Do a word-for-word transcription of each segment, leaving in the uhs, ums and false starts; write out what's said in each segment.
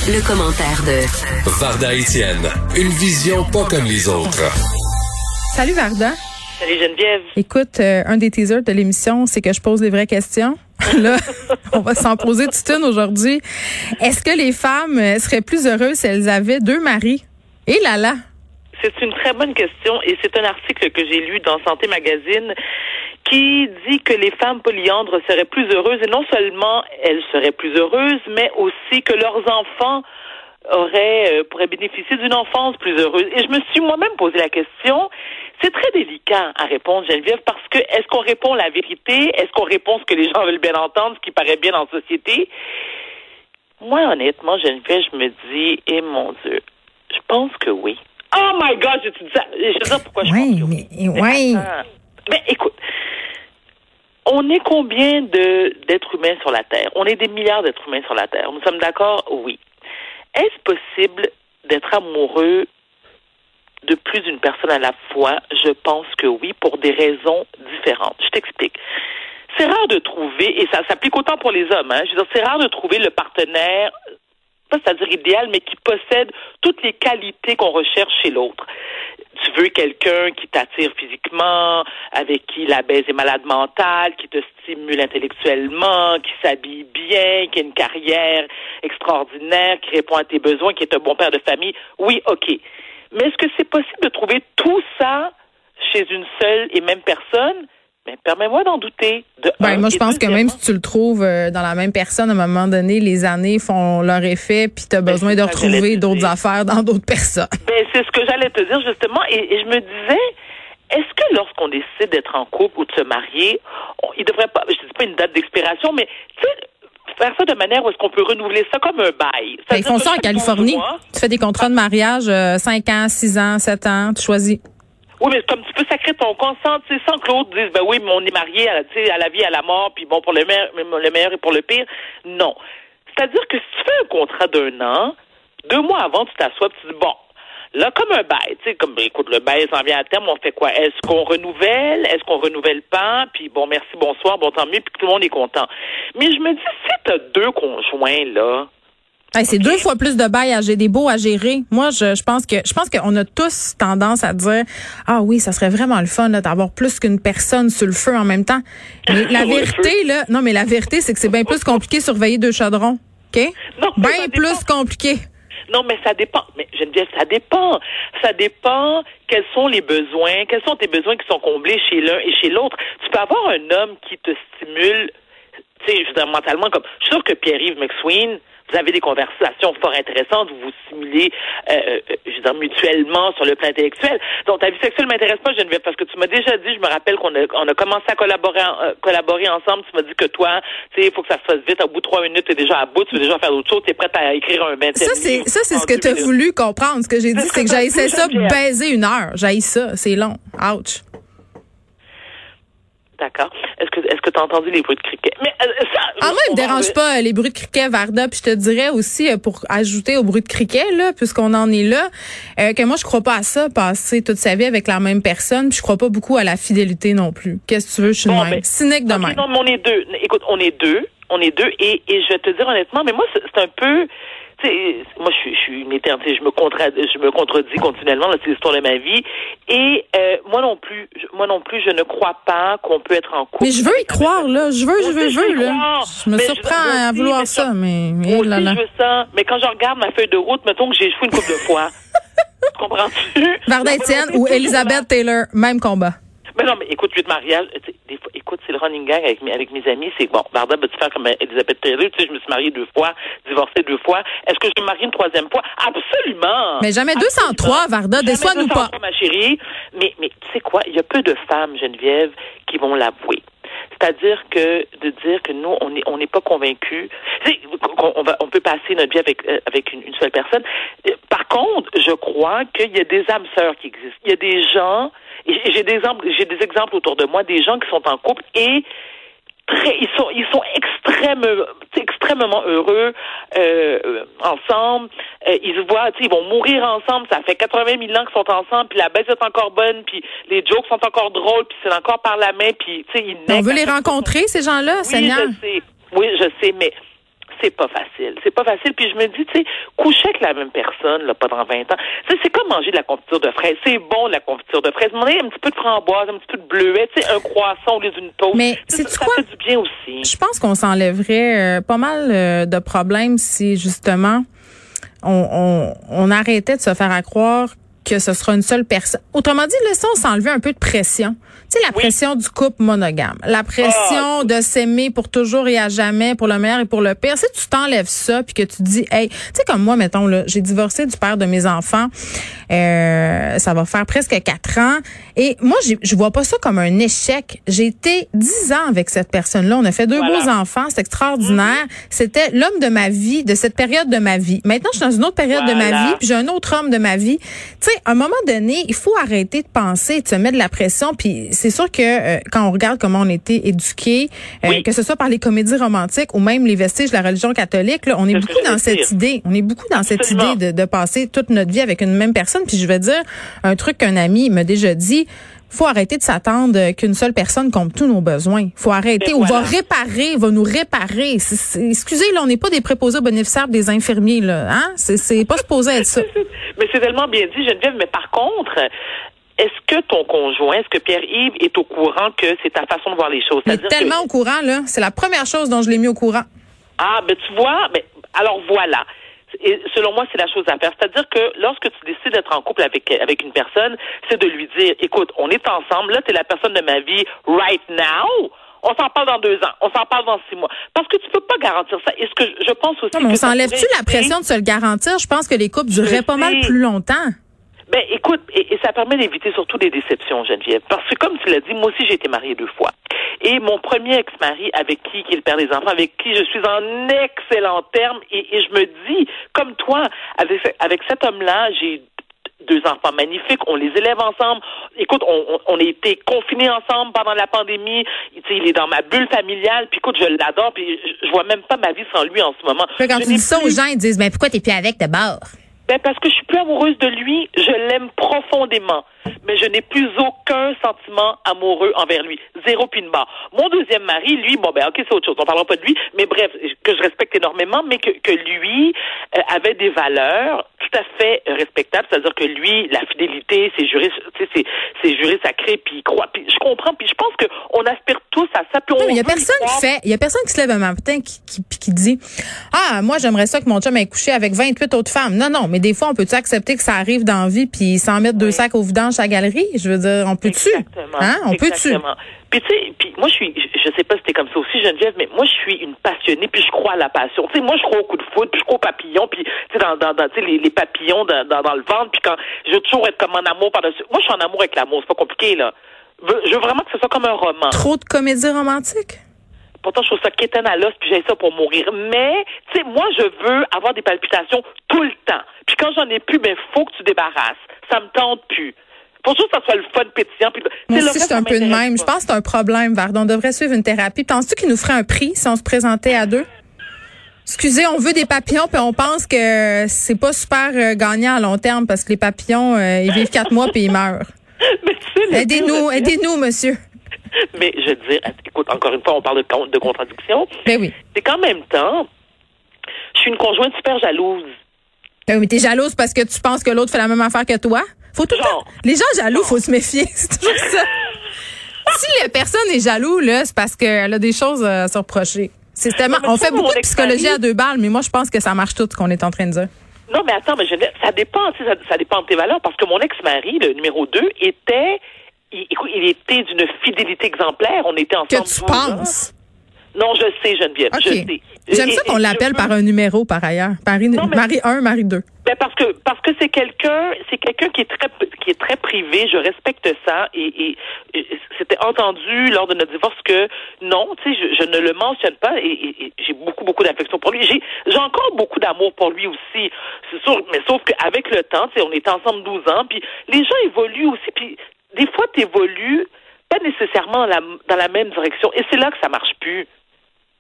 Le commentaire de Varda Étienne, une vision pas comme les autres. Salut Varda. Salut Geneviève. Écoute, euh, un des teasers de l'émission, c'est que je pose des vraies questions. Là, on va s'en poser toute une aujourd'hui. Est-ce que les femmes seraient plus heureuses si elles avaient deux maris? Et là là. C'est une très bonne question et c'est un article que j'ai lu dans Santé Magazine qui dit que les femmes polyandres seraient plus heureuses et non seulement elles seraient plus heureuses, mais aussi que leurs enfants auraient, euh, pourraient bénéficier d'une enfance plus heureuse. Et je me suis moi-même posé la question, c'est très délicat à répondre, Geneviève, parce que est-ce qu'on répond la vérité? Est-ce qu'on répond ce que les gens veulent bien entendre, ce qui paraît bien en société? Moi, honnêtement, Geneviève, je me dis, eh mon Dieu, je pense que oui. Oh my God, je te dis ça. Je sais pas pourquoi je oui, pense que oui. Mais, mais, oui. mais écoute, on est combien de d'êtres humains sur la Terre? On est des milliards d'êtres humains sur la Terre. Nous sommes d'accord? Oui. Est-ce possible d'être amoureux de plus d'une personne à la fois? Je pense que oui, pour des raisons différentes. Je t'explique. C'est rare de trouver, et ça s'applique autant pour les hommes, hein, je veux dire, c'est rare de trouver le partenaire, pas c'est-à-dire idéal, mais qui possède toutes les qualités qu'on recherche chez l'autre. Tu veux quelqu'un qui t'attire physiquement, avec qui la baise est malade mentale, qui te stimule intellectuellement, qui s'habille bien, qui a une carrière extraordinaire, qui répond à tes besoins, qui est un bon père de famille. Oui, OK. Mais est-ce que c'est possible de trouver tout ça chez une seule et même personne? Ben, permets-moi d'en douter. De ben, un, moi, je pense que même si tu le trouves euh, dans la même personne, à un moment donné, les années font leur effet, puis tu as besoin ben, de retrouver d'autres dire. affaires dans d'autres personnes. Ben, c'est ce que j'allais te dire, justement. Et, et je me disais, est-ce que lorsqu'on décide d'être en couple ou de se marier, on, il devrait pas, je dis pas une date d'expiration, mais tu sais, faire ça de manière où est-ce qu'on peut renouveler ça comme un bail. Ben, ils font ça en Californie. Mois, tu fais des contrats de mariage, euh, cinq ans, six ans, sept ans, tu choisis. Oui, mais comme tu peux sacrer ton consent, tu sais, sans que l'autre dise, ben oui, mais on est marié à, à la vie, à la mort, puis bon, pour le meilleur, le meilleur et pour le pire. Non. C'est-à-dire que si tu fais un contrat d'un an, deux mois avant, tu t'assois, tu dis, bon, là, comme un bail, tu sais, comme, écoute, le bail s'en vient à terme, on fait quoi? Est-ce qu'on renouvelle? Est-ce qu'on renouvelle pas? Puis bon, merci, bonsoir, bon, tant mieux, puis tout le monde est content. Mais je me dis, si t'as deux conjoints, là, hey, c'est okay. Deux fois plus de bail à gérer, des beaux à gérer. Moi, je, je pense que je pense qu'on a tous tendance à dire ah oui, ça serait vraiment le fun là, d'avoir plus qu'une personne sur le feu en même temps. Mais la vérité là, non mais la vérité c'est que c'est bien plus compliqué surveiller deux chaudrons, ok? Non, bien plus compliqué. Non, mais ça dépend. Mais Geneviève, ça dépend. Ça dépend quels sont les besoins, quels sont tes besoins qui sont comblés chez l'un et chez l'autre. Tu peux avoir un homme qui te stimule, tu sais, je veux dire, mentalement, comme je suis sûr que Pierre-Yves McSween, vous avez des conversations fort intéressantes, vous vous stimulez, euh, je veux dire, mutuellement sur le plan intellectuel. Donc, ta vie sexuelle m'intéresse pas, Geneviève, parce que tu m'as déjà dit, je me rappelle qu'on a, on a commencé à collaborer, euh, collaborer ensemble, tu m'as dit que toi, tu sais, il faut que ça se fasse vite, au bout de trois minutes, t'es déjà à bout, tu veux déjà faire d'autres choses, t'es prête à écrire un vingtième Ça, c'est, livre. ça, c'est ce que t'as voulu comprendre. Ce que j'ai dit, c'est que j'haïssais ça baiser une heure. J'haïs ça, c'est long. Ouch. D'accord. Est-ce que est-ce que tu as entendu les bruits de criquets? Mais euh, ça, ah moi, il me dérange pas les bruits de criquets, Varda. Puis je te dirais aussi, pour ajouter au bruit de criquets, là, puisqu'on en est là, euh, que moi, je crois pas à ça, passer toute sa vie avec la même personne. Puis je crois pas beaucoup à la fidélité non plus. Qu'est-ce que tu veux, je suis bon, de même. Ben, cynique de okay, même. Non, mais on est deux. Écoute, on est deux. On est deux. Et, et je vais te dire honnêtement, mais moi, c'est, c'est un peu... T'sais, moi, je suis, je suis une éternelle, je me contra, je me contredis continuellement, là, c'est l'histoire de ma vie. Et euh, moi non plus, je, moi non plus, je ne crois pas qu'on peut être en couple. Mais je veux y croire, là. Je veux, je veux, je veux, là. Je me surprends à vouloir mais ça, mais... Moi aussi, je veux ça. Mais quand je regarde ma feuille de route, mettons que j'ai échoué une couple de fois. Comprends-tu? Varda Étienne ou Elizabeth Taylor, même combat. Mais non, mais écoute, huit mariages, des fois, écoute, c'est le running gang avec mes, avec mes amis, c'est bon, Varda, vas-tu faire comme Elizabeth Taylor? Tu sais, je me suis mariée deux fois, divorcée deux fois. Est-ce que je vais me marier une troisième fois? Absolument! Mais jamais deux cent trois, Varda, déçois-nous pas. Ma chérie. Mais, mais, tu sais quoi? Il y a peu de femmes, Geneviève, qui vont l'avouer. C'est-à-dire que de dire que nous, on n'est on n'est pas convaincus. On, on, va, on peut passer notre vie avec, euh, avec une, une seule personne. Par contre, je crois qu'il y a des âmes sœurs qui existent. Il y a des gens, et j'ai des exemples, j'ai des exemples autour de moi, des gens qui sont en couple et très, ils sont, ils sont extrêmement, extrêmement heureux euh, ensemble. Euh, ils se voient, tu sais, ils vont mourir ensemble. Ça fait quatre-vingt mille ans qu'ils sont ensemble, puis la baisse est encore bonne, puis les jokes sont encore drôles, puis c'est encore par la main, puis tu sais, ils. On veut les rencontrer, ces gens-là, oui, Seigneur. Je sais. Oui, je sais, mais c'est pas facile. C'est pas facile. Puis je me dis, tu sais, coucher avec la même personne, là, pendant vingt ans, tu sais, c'est comme manger de la confiture de fraises. C'est bon, la confiture de fraises. Mais un petit peu de framboise, un petit peu de bleuet, tu sais, un croissant au lieu d'une toast. Mais ça, ça quoi? fait du bien aussi. Je pense qu'on s'enlèverait euh, pas mal euh, de problèmes si, justement, on, on, on arrêtait de se faire à croire que ce sera une seule personne. Autrement dit, là, ça, on s'enlevait un peu de pression. Tu sais, la oui. pression du couple monogame. La pression oh. de s'aimer pour toujours et à jamais, pour le meilleur et pour le pire. Si tu t'enlèves ça, puis que tu dis, hey, tu sais, comme moi, mettons, là, j'ai divorcé du père de mes enfants. Euh, ça va faire presque quatre ans. Et moi, j'ai, je vois pas ça comme un échec. J'ai été dix ans avec cette personne-là. On a fait deux voilà. beaux enfants. C'est extraordinaire. Mm-hmm. C'était l'homme de ma vie, de cette période de ma vie. Maintenant, je suis dans une autre période voilà. de ma vie, puis j'ai un autre homme de ma vie. Tu sais, à un moment donné, il faut arrêter de penser, de se mettre de la pression. Puis c'est sûr que euh, quand on regarde comment on a été éduqués, euh, oui. que ce soit par les comédies romantiques ou même les vestiges de la religion catholique, là, on est c'est beaucoup dans cette dire. idée. On est beaucoup dans Absolument. cette idée de, de passer toute notre vie avec une même personne. Puis je vais dire un truc qu'un ami m'a déjà dit. Faut arrêter de s'attendre qu'une seule personne comble tous nos besoins. Faut arrêter. Et on voilà. va réparer, va nous réparer. C'est, c'est, excusez, là, on n'est pas des préposés aux bénéficiaires des infirmiers, là. Hein? C'est, c'est pas supposé être ça. Mais c'est tellement bien dit, Geneviève. Mais par contre, est-ce que ton conjoint, est-ce que Pierre-Yves est au courant que c'est ta façon de voir les choses? Mais tellement que... au courant, là. C'est la première chose dont je l'ai mis au courant. Ah, ben tu vois, ben, alors voilà. Et selon moi, c'est la chose à faire. C'est-à-dire que lorsque tu décides d'être en couple avec avec une personne, c'est de lui dire, écoute, on est ensemble, là, t'es la personne de ma vie right now. On s'en parle dans deux ans. On s'en parle dans six mois. Parce que tu peux pas garantir ça. Et ce que je pense aussi... Non, mais on que s'enlève-tu la pression de se le garantir? Je pense que les couples dureraient pas mal plus longtemps. Ben, écoute, et, et ça permet d'éviter surtout des déceptions, Geneviève. Parce que, comme tu l'as dit, moi aussi, j'ai été mariée deux fois. Et mon premier ex-mari, avec qui, qui est le père des enfants, avec qui je suis en excellent terme, et, et je me dis, comme toi, avec, avec cet homme-là, j'ai deux enfants magnifiques, on les élève ensemble. Écoute, on, on, on a été confinés ensemble pendant la pandémie. Il est dans ma bulle familiale, puis écoute, je l'adore, puis je, je vois même pas ma vie sans lui en ce moment. Quand je tu dis ça plus... aux gens, ils disent, mais pourquoi t'es plus avec de bord? Ben parce que je suis plus amoureuse de lui, je l'aime profondément, mais je n'ai plus aucun sentiment amoureux envers lui, zéro puis une barre. Mon deuxième mari, lui, bon ben ok c'est autre chose, on parlera pas de lui, mais bref, que je respecte énormément, mais que, que lui euh, avait des valeurs tout à fait respectables, c'est-à-dire que lui, la fidélité, c'est juré, tu sais, c'est, c'est juré sacré, puis il croit, puis je comprends, puis je pense que on aspire tous à ça. Puis on non, mais il y a personne qui fait, il y a personne qui se lève un matin qui, qui, qui dit, ah moi j'aimerais ça que mon chum ait couché avec vingt-huit autres femmes. Non non. Mais des fois, on peut-tu accepter que ça arrive dans la vie puis s'en mettre deux oui. sacs au vidange à la galerie? Je veux dire, on peut-tu? Exactement. Hein? On peut-tu? Puis tu sais, puis moi je suis, je, je sais pas si t'es comme ça aussi, Geneviève, mais moi je suis une passionnée puis je crois à la passion. Tu sais, moi je crois au coup de foudre, puis je crois aux papillons, puis tu sais dans, dans, dans tu sais les, les papillons dans, dans, dans le ventre, puis quand je veux toujours être comme en amour par-dessus. Moi je suis en amour avec l'amour, c'est pas compliqué là. Je veux vraiment que ce soit comme un roman. Trop de comédie romantique? Pourtant, je trouve ça quétaine à l'os, puis j'ai ça pour mourir. Mais, tu sais, moi, je veux avoir des palpitations tout le temps. Puis quand j'en ai plus, ben, faut que tu débarrasses. Ça me tente plus. Faut juste que ça soit le fun pétillant. Puis, moi aussi, c'est un peu de même. Pas. Je pense que c'est un problème, Varda. On devrait suivre une thérapie. Penses-tu qu'il nous ferait un prix si on se présentait à deux? Excusez, on veut des papillons, puis on pense que c'est pas super euh, gagnant à long terme parce que les papillons, euh, ils vivent quatre mois puis ils meurent. Mais tu sais, aidez-nous, aidez-nous, monsieur. Mais je veux dire, écoute, encore une fois, on parle de, de contradiction. Ben oui. C'est qu'en même temps, je suis une conjointe super jalouse. Ben oui, mais t'es jalouse parce que tu penses que l'autre fait la même affaire que toi? Faut tout le temps. Les gens jaloux, Genre. faut se méfier. C'est toujours ça. Si la personne est jaloux, là, c'est parce qu'elle a des choses à se reprocher. C'est tellement, on fait beaucoup de psychologie à deux balles, mais moi, je pense que ça marche tout, ce qu'on est en train de dire. Non, mais attends, mais je, ça dépend, tu sais, ça, ça dépend de tes valeurs, parce que mon ex-mari, le numéro deux, était, il, écoute, il était d'une fidélité exemplaire. On était ensemble. Que tu penses? Ans. Non, je sais, Geneviève, okay. je sais. J'aime et, ça qu'on l'appelle veux... par un numéro, par ailleurs. Marie, non, mais... Marie un, Marie deux. Ben parce que parce que c'est quelqu'un, c'est quelqu'un qui est très qui est très privé. Je respecte ça et, et, et c'était entendu lors de notre divorce que non, tu sais, je, je ne le mentionne pas et, et, et j'ai beaucoup beaucoup d'affection pour lui. J'ai j'ai encore beaucoup d'amour pour lui aussi. C'est sûr, mais sauf qu'avec le temps, tu sais, on était ensemble douze ans, puis les gens évoluent aussi, puis des fois t'évolues pas nécessairement dans la, dans la même direction et c'est là que ça marche plus.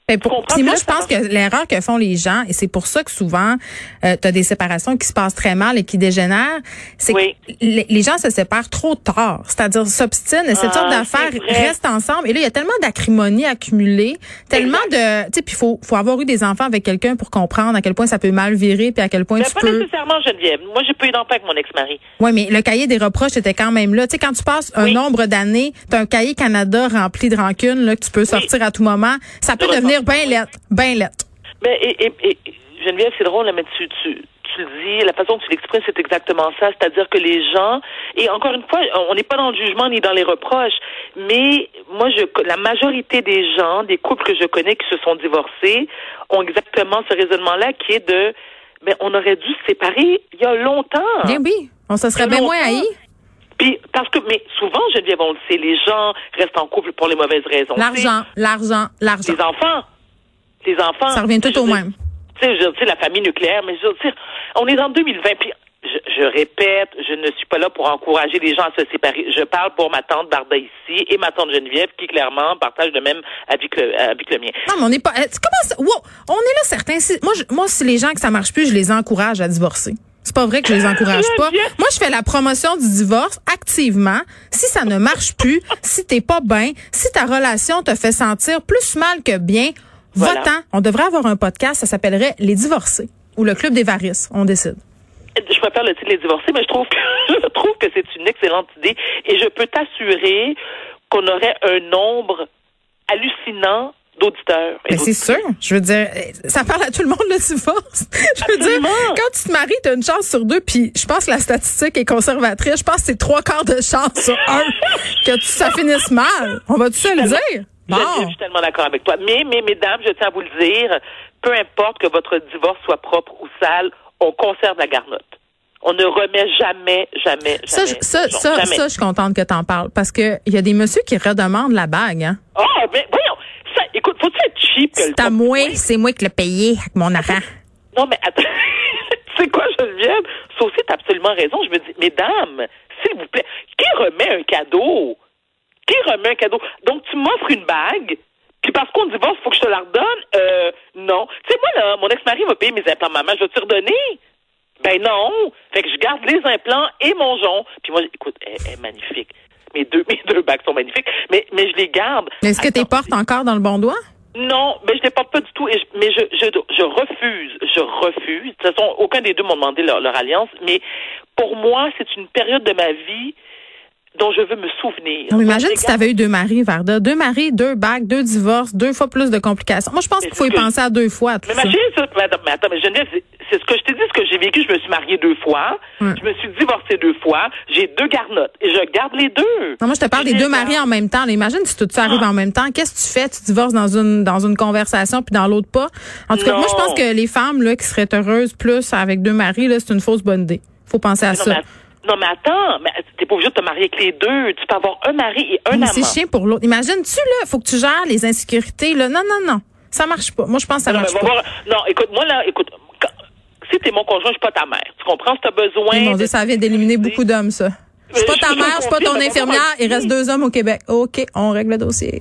Ben pour, puis moi, je pense que l'erreur que font les gens, et c'est pour ça que souvent, euh, tu as des séparations qui se passent très mal et qui dégénèrent, c'est oui. que les, les gens se séparent trop tard. C'est-à-dire s'obstinent, et cette ah, sorte d'affaires restent ensemble. Et là, il y a tellement d'acrimonie accumulée, tellement exact. de... Tu sais, puis il faut, faut avoir eu des enfants avec quelqu'un pour comprendre à quel point ça peut mal virer, puis à quel point mais tu pas peux... Pas nécessairement, Geneviève. Moi, j'ai pas eu d'enfant avec mon ex-mari. Oui, mais le cahier des reproches était quand même là. Tu sais, quand tu passes un oui. nombre d'années, tu as un cahier Canada rempli de rancune là, que tu peux sortir oui. à tout moment. Ça peut devenir bien lettre, bien lettre. Mais et, et, et Geneviève, c'est drôle, là, mais tu, tu, tu le dis, la façon que tu l'exprimes, c'est exactement ça. C'est-à-dire que les gens, et encore une fois, on n'est pas dans le jugement ni dans les reproches, mais moi, je, la majorité des gens, des couples que je connais qui se sont divorcés, ont exactement ce raisonnement-là qui est de, mais on aurait dû se séparer il y a longtemps. Bien oui, on se serait bien moins haï. Puis, parce que, mais souvent, Geneviève, on le sait, les gens restent en couple pour les mauvaises raisons. L'argent, l'argent, l'argent. Les enfants. Les enfants. Ça revient tout au dire, même. Tu sais, je veux dire, la famille nucléaire, mais je veux dire, on est en deux mille vingt, puis je, je répète, je ne suis pas là pour encourager les gens à se séparer. Je parle pour ma tante Barda ici et ma tante Geneviève, qui clairement partagent le même avis que le, avis que le mien. Non, mais on n'est pas... Comment ça? Wow, on est là certains... Si, moi, je, moi, si les gens que ça marche plus, je les encourage à divorcer. C'est pas vrai que je les encourage pas. Moi, je fais la promotion du divorce activement. Si ça ne marche plus, si t'es pas bien, si ta relation te fait sentir plus mal que bien, voilà. Va-t'en. On devrait avoir un podcast, ça s'appellerait Les Divorcés ou le Club des Varices. On décide. Je préfère le titre Les Divorcés, mais je trouve que je trouve que c'est une excellente idée et je peux t'assurer qu'on aurait un nombre hallucinant d'auditeurs. Mais c'est sûr. Je veux dire, ça parle à tout le monde, le divorce. Je veux Absolument. dire, quand tu te maries, tu as une chance sur deux, puis je pense que la statistique est conservatrice. Je pense que c'est trois quarts de chance sur un que tu, ça finisse mal. On va tout se le dire? Bon. Je, je suis tellement d'accord avec toi. Mais, mais, mesdames, je tiens à vous le dire, peu importe que votre divorce soit propre ou sale, on conserve la garnotte. On ne remet jamais, jamais, ça, jamais. Ça, ça, ça, jamais. ça, je suis contente que tu en parles. Parce que il y a des messieurs qui redemandent la bague, hein. Oh, mais voyons. Ça, écoute, faut-tu être cheap? C'est à moi, c'est moi qui l'ai payé avec mon argent. Non, mais attends. C'est quoi, Geneviève? Ça aussi, t'as absolument raison. Je me dis, mesdames, s'il vous plaît, qui remet un cadeau? Qui remet un cadeau? Donc, tu m'offres une bague, puis parce qu'on divorce, il faut que je te la redonne? Euh, non. Tu sais, moi, là, mon ex-mari va payer mes implants. Maman, je vais te redonner? Ben non. Fait que je garde les implants et mon jonc. Puis moi, écoute, elle, elle est magnifique. Mes deux, mes deux bagues sont magnifiques, mais, mais je les garde. Est-ce que tu les portes encore dans le bon doigt? Non, mais je les porte pas du tout. Et je, mais je, je, je refuse, je refuse. De toute façon, aucun des deux m'ont demandé leur, leur alliance. Mais pour moi, c'est une période de ma vie dont je veux me souvenir. Non, imagine si tu avais eu deux maris, Varda. Deux maris, deux bagues, deux divorces, deux fois plus de complications. Moi, je pense qu'il faut y penser à deux fois. Tout mais ça. Ma chérie, ça, mais attends, mais attends, mais Geneviève, c'est, c'est ce que je t'ai dit, ce que j'ai vécu. Je me suis mariée deux fois. Hum. Je me suis divorcée deux fois. J'ai deux garnottes. Et je garde les deux. Non, moi, je te parle je des deux maris en même temps. Là, imagine si tout ça arrive ah. en même temps. Qu'est-ce que tu fais? Tu divorces dans une dans une conversation puis dans l'autre pas. En tout cas, non. moi, je pense que les femmes là qui seraient heureuses plus avec deux maris, là, c'est une fausse bonne idée. Faut penser à non, ça. Mais, non, mais attends, mais t'es pas obligé de te marier avec les deux. Tu peux avoir un mari et un mais amant. C'est chiant pour l'autre. Imagine-tu, là, faut que tu gères les insécurités, là. Non, non, non. Ça marche pas. Moi, je pense que ça non, marche pas. Voir... Non, écoute, moi, là, écoute, quand... si t'es mon conjoint, je suis pas ta mère. Tu comprends? Si t'as besoin. Mais mon Dieu, ça vient d'éliminer beaucoup d'hommes, ça. Je suis pas ta mère, je suis pas ton infirmière. Il reste deux hommes au Québec. OK, on règle le dossier.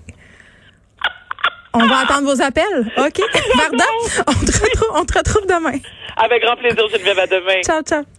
On va attendre vos appels. OK. Varda, on te retrouve, on te retrouve demain. Avec grand plaisir, Geneviève, à demain. Ciao, ciao.